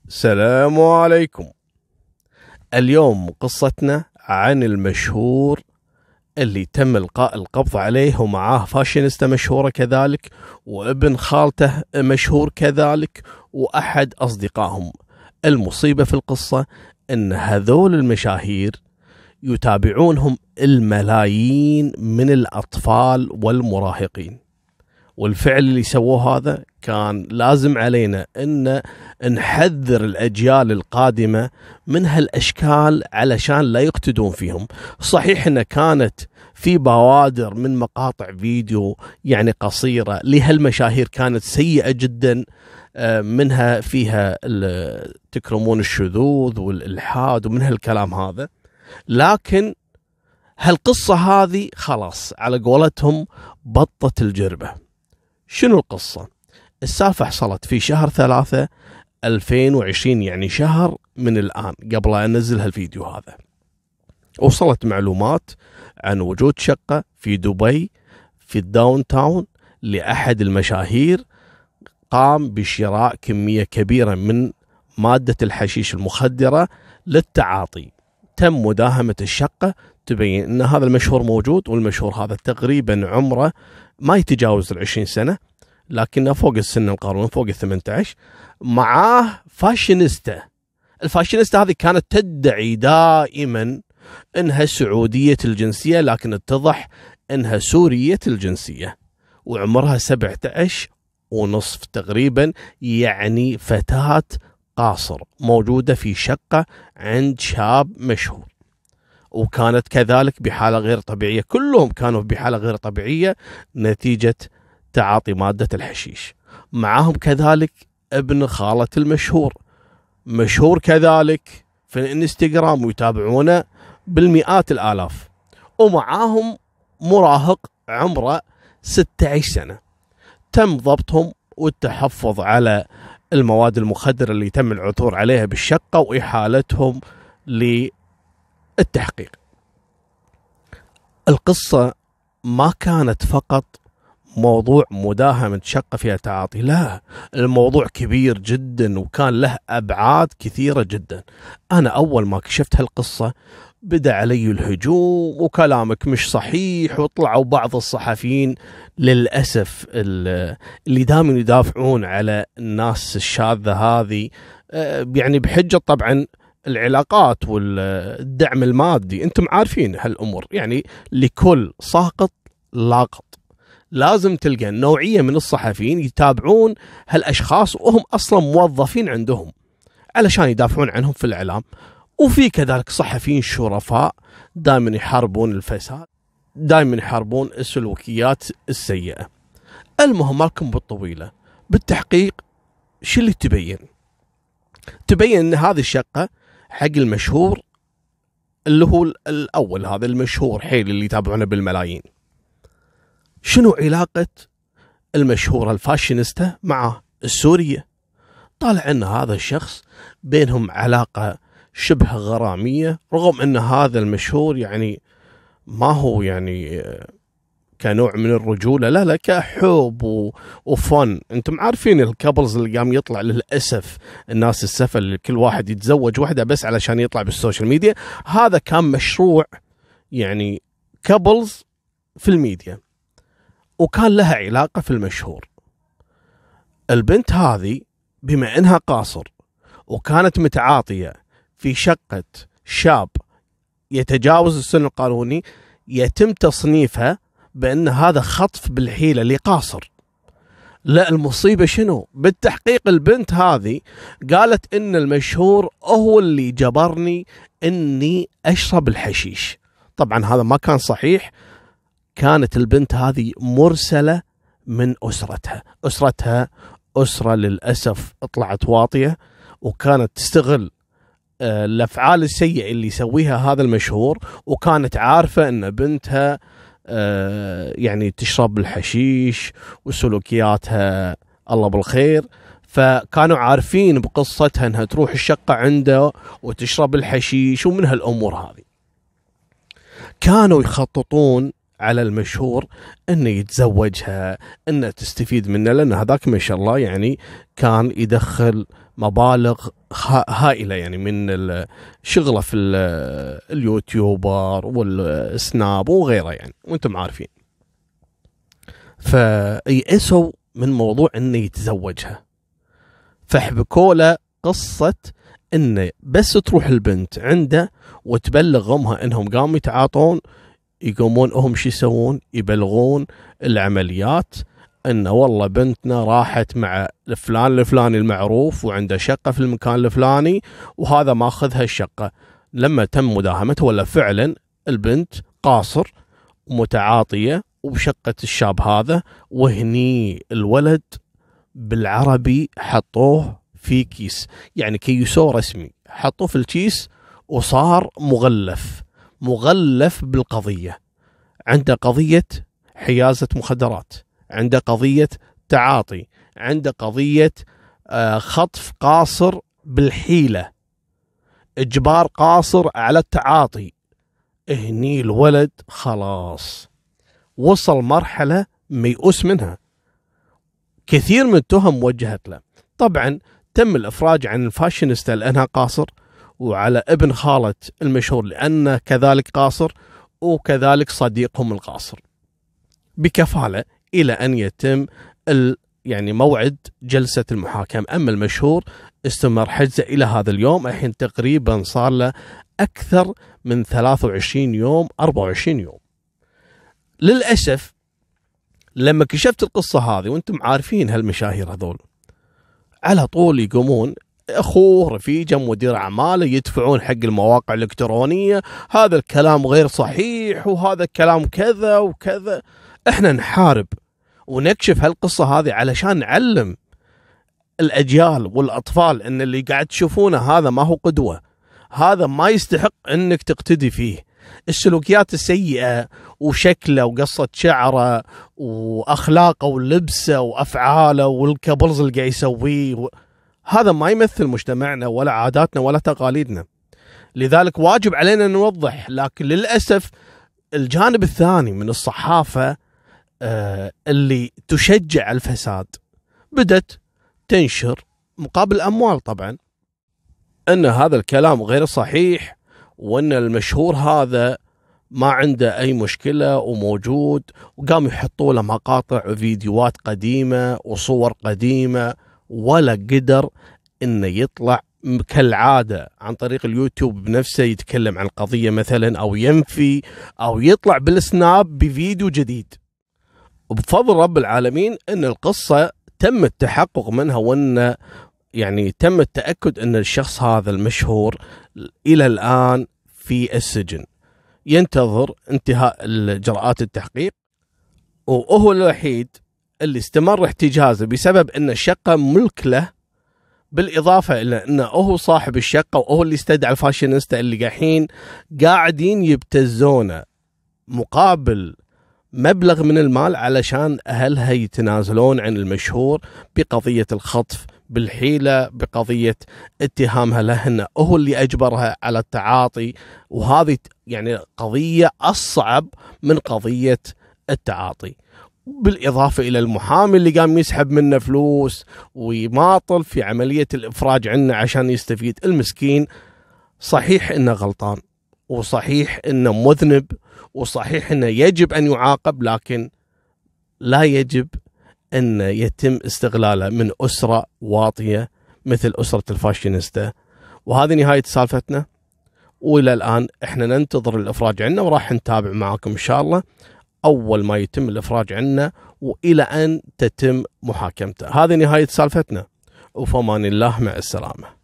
السلام عليكم. اليوم قصتنا عن المشهور اللي تم إلقاء القبض عليه ومعاه فاشينيستا مشهورة كذلك، وابن خالته مشهور كذلك، وأحد أصدقائهم. المصيبة في القصة أن هذول المشاهير يتابعونهم الملايين من الأطفال والمراهقين، والفعل اللي سووه هذا كان لازم علينا أن نحذر الأجيال القادمة من هالأشكال علشان لا يقتدون فيهم. صحيح أن كانت في بوادر من مقاطع فيديو يعني قصيرة لهالمشاهير كانت سيئة جدا، منها فيها تكرمون الشذوذ والإلحاد ومن هالكلام هذا، لكن هالقصة هذه خلاص على قولتهم بطت الجربة. شنو القصة؟ السالفة حصلت في شهر 3/2020، يعني شهر من الآن قبل أن أنزل هالفيديو هذا. وصلت معلومات عن وجود شقة في دبي في الداون تاون لأحد المشاهير قام بشراء كمية كبيرة من مادة الحشيش المخدرة للتعاطي. تم مداهمة الشقة، تبين أن هذا المشهور موجود، والمشهور هذا تقريبا عمره ما يتجاوز 20 سنة، لكنه فوق السن القانوني، فوق 18. معاه فاشينيستا. الفاشينيستا هذه كانت تدعي دائما انها سعودية الجنسية، لكن اتضح انها سورية الجنسية، وعمرها 17 ونصف تقريبا، يعني فتاة قاصر موجودة في شقة عند شاب مشهور، وكانت كذلك بحالة غير طبيعية. كلهم كانوا بحالة غير طبيعية نتيجة تعاطي مادة الحشيش. معهم كذلك ابن خالة المشهور، مشهور كذلك في الانستغرام ويتابعونه بالمئات الآلاف، ومعاهم مراهق عمره 16 سنة. تم ضبطهم والتحفظ على المواد المخدرة اللي تم العثور عليها بالشقة وإحالتهم للتحقيق. القصة ما كانت فقط موضوع مداهمة شقة فيها تعاطي، لا، الموضوع كبير جدا وكان له أبعاد كثيرة جدا. أنا أول ما كشفت هالقصة بدأ علي الهجوم وكلامك مش صحيح، وطلعوا بعض الصحفيين للأسف اللي دائما يدافعون على الناس الشاذة هذه، يعني بحجة طبعا العلاقات والدعم المادي. انتم عارفين هالأمور، يعني لكل ساقط لاقط. لازم تلقى نوعية من الصحفيين يتابعون هالأشخاص وهم أصلا موظفين عندهم علشان يدافعون عنهم في الإعلام، وفي كذلك صحفيين شرفاء دائما يحاربون الفساد، دائما يحاربون السلوكيات السيئة. المهم مالكم بالطويلة، بالتحقيق شو اللي تبين ان هذه الشقة حق المشهور اللي هو الأول، هذا المشهور حيل اللي يتابعونه بالملايين. شنو علاقة المشهور الفاشينيستا مع السورية؟ طالع ان هذا الشخص بينهم علاقة شبه غرامية، رغم ان هذا المشهور يعني ما هو يعني كنوع من الرجولة، لا كحب وفن. انتم عارفين الكابلز اللي قام يطلع، للأسف الناس السفل اللي كل واحد يتزوج واحدة بس علشان يطلع بالسوشيال ميديا. هذا كان مشروع يعني كابلز في الميديا، وكان لها علاقة في المشهور. البنت هذه بما انها قاصر وكانت متعاطية في شقة شاب يتجاوز السن القانوني، يتم تصنيفها بأن هذا خطف بالحيلة لقاصر. لا، المصيبة شنو؟ بالتحقيق البنت هذه قالت إن المشهور هو اللي جبرني إني أشرب الحشيش. طبعا هذا ما كان صحيح. كانت البنت هذه مرسلة من أسرتها أسرة للأسف طلعت واطية، وكانت تستغل الأفعال السيئة اللي يسويها هذا المشهور، وكانت عارفة أن بنتها يعني تشرب الحشيش وسلوكياتها الله بالخير، فكانوا عارفين بقصتها أنها تروح الشقة عنده وتشرب الحشيش ومن هالأمور هذه. كانوا يخططون على المشهور انه يتزوجها، انه تستفيد منه، لان هذاك ما شاء الله يعني كان يدخل مبالغ هائلة يعني من شغله في اليوتيوبر والسناب وغيره يعني، وانتم عارفين. فيأسوا من موضوع انه يتزوجها، فحبكوا له قصة انه بس تروح البنت عنده وتبلغ امها انهم قاموا يتعاطون، يقومون هم شو يسوون؟ يبلغون العمليات انه والله بنتنا راحت مع الفلان الفلاني المعروف وعنده شقة في المكان الفلاني وهذا ماخذها الشقة. لما تم مداهمته ولا فعلا البنت قاصر ومتعاطية وبشقة الشاب هذا، وهني الولد بالعربي حطوه في كيس، يعني كيسوه رسمي، حطوه في الكيس وصار مغلف بالقضية. عنده قضية حيازة مخدرات، عنده قضية تعاطي، عنده قضية خطف قاصر بالحيلة، إجبار قاصر على التعاطي. هني الولد خلاص وصل مرحلة ميؤوس منها، كثير من التهم وجهت له. طبعا تم الإفراج عن الفاشينيستا لأنها قاصر، وعلى ابن خالة المشهور لأنه كذلك قاصر، وكذلك صديقهم القاصر بكفالة، إلى أن يتم يعني موعد جلسة المحاكمة. أما المشهور استمر حجزه إلى هذا اليوم، الحين تقريبا صار له أكثر من 23 يوم 24 يوم. للأسف لما كشفت القصة هذه، وانتم عارفين هالمشاهير هذول على طول يقومون أخوه رفيجه مدير أعماله يدفعون حق المواقع الإلكترونية، هذا الكلام غير صحيح وهذا الكلام كذا وكذا. احنا نحارب ونكشف هالقصة هذه علشان نعلم الأجيال والأطفال أن اللي قاعد تشوفونه هذا ما هو قدوة، هذا ما يستحق أنك تقتدي فيه. السلوكيات السيئة وشكله وقصة شعره وأخلاقه ولبسه وأفعاله والكبرز اللي قاعد يسويه، هذا ما يمثل مجتمعنا ولا عاداتنا ولا تقاليدنا. لذلك واجب علينا نوضح. لكن للأسف الجانب الثاني من الصحافة اللي تشجع الفساد بدت تنشر مقابل أموال طبعا أن هذا الكلام غير صحيح، وأن المشهور هذا ما عنده أي مشكلة وموجود، وقام يحطوا له مقاطع وفيديوهات قديمة وصور قديمة، ولا قدر إنه يطلع كالعادة عن طريق اليوتيوب بنفسه يتكلم عن القضية مثلا، أو ينفي، أو يطلع بالسناب بفيديو جديد. وبفضل رب العالمين أن القصة تم التحقق منها، وأن يعني تم التأكد أن الشخص هذا المشهور إلى الآن في السجن ينتظر انتهاء الإجراءات التحقيق، وهو الوحيد اللي استمر احتجازه بسبب أن الشقة ملك له، بالإضافة إلى أنه هو صاحب الشقة وهو اللي استدعى الفاشينيستا اللي قاعدين يبتزونه مقابل مبلغ من المال علشان أهلها يتنازلون عن المشهور بقضية الخطف بالحيلة، بقضية اتهامها له أنه هو اللي أجبرها على التعاطي. وهذه يعني قضية أصعب من قضية التعاطي، بالإضافة إلى المحامي اللي قام يسحب منه فلوس ويماطل في عملية الإفراج عنه عشان يستفيد. المسكين صحيح إنه غلطان، وصحيح إنه مذنب، وصحيح إنه يجب أن يعاقب، لكن لا يجب أن يتم استغلاله من أسرة واطية مثل أسرة الفاشينيستا. وهذه نهاية سالفتنا، وإلى الآن إحنا ننتظر الإفراج عنه، وراح نتابع معاكم إن شاء الله أول ما يتم الإفراج عنه وإلى أن تتم محاكمته. هذه نهاية سالفتنا، وفمان الله، مع السلامة.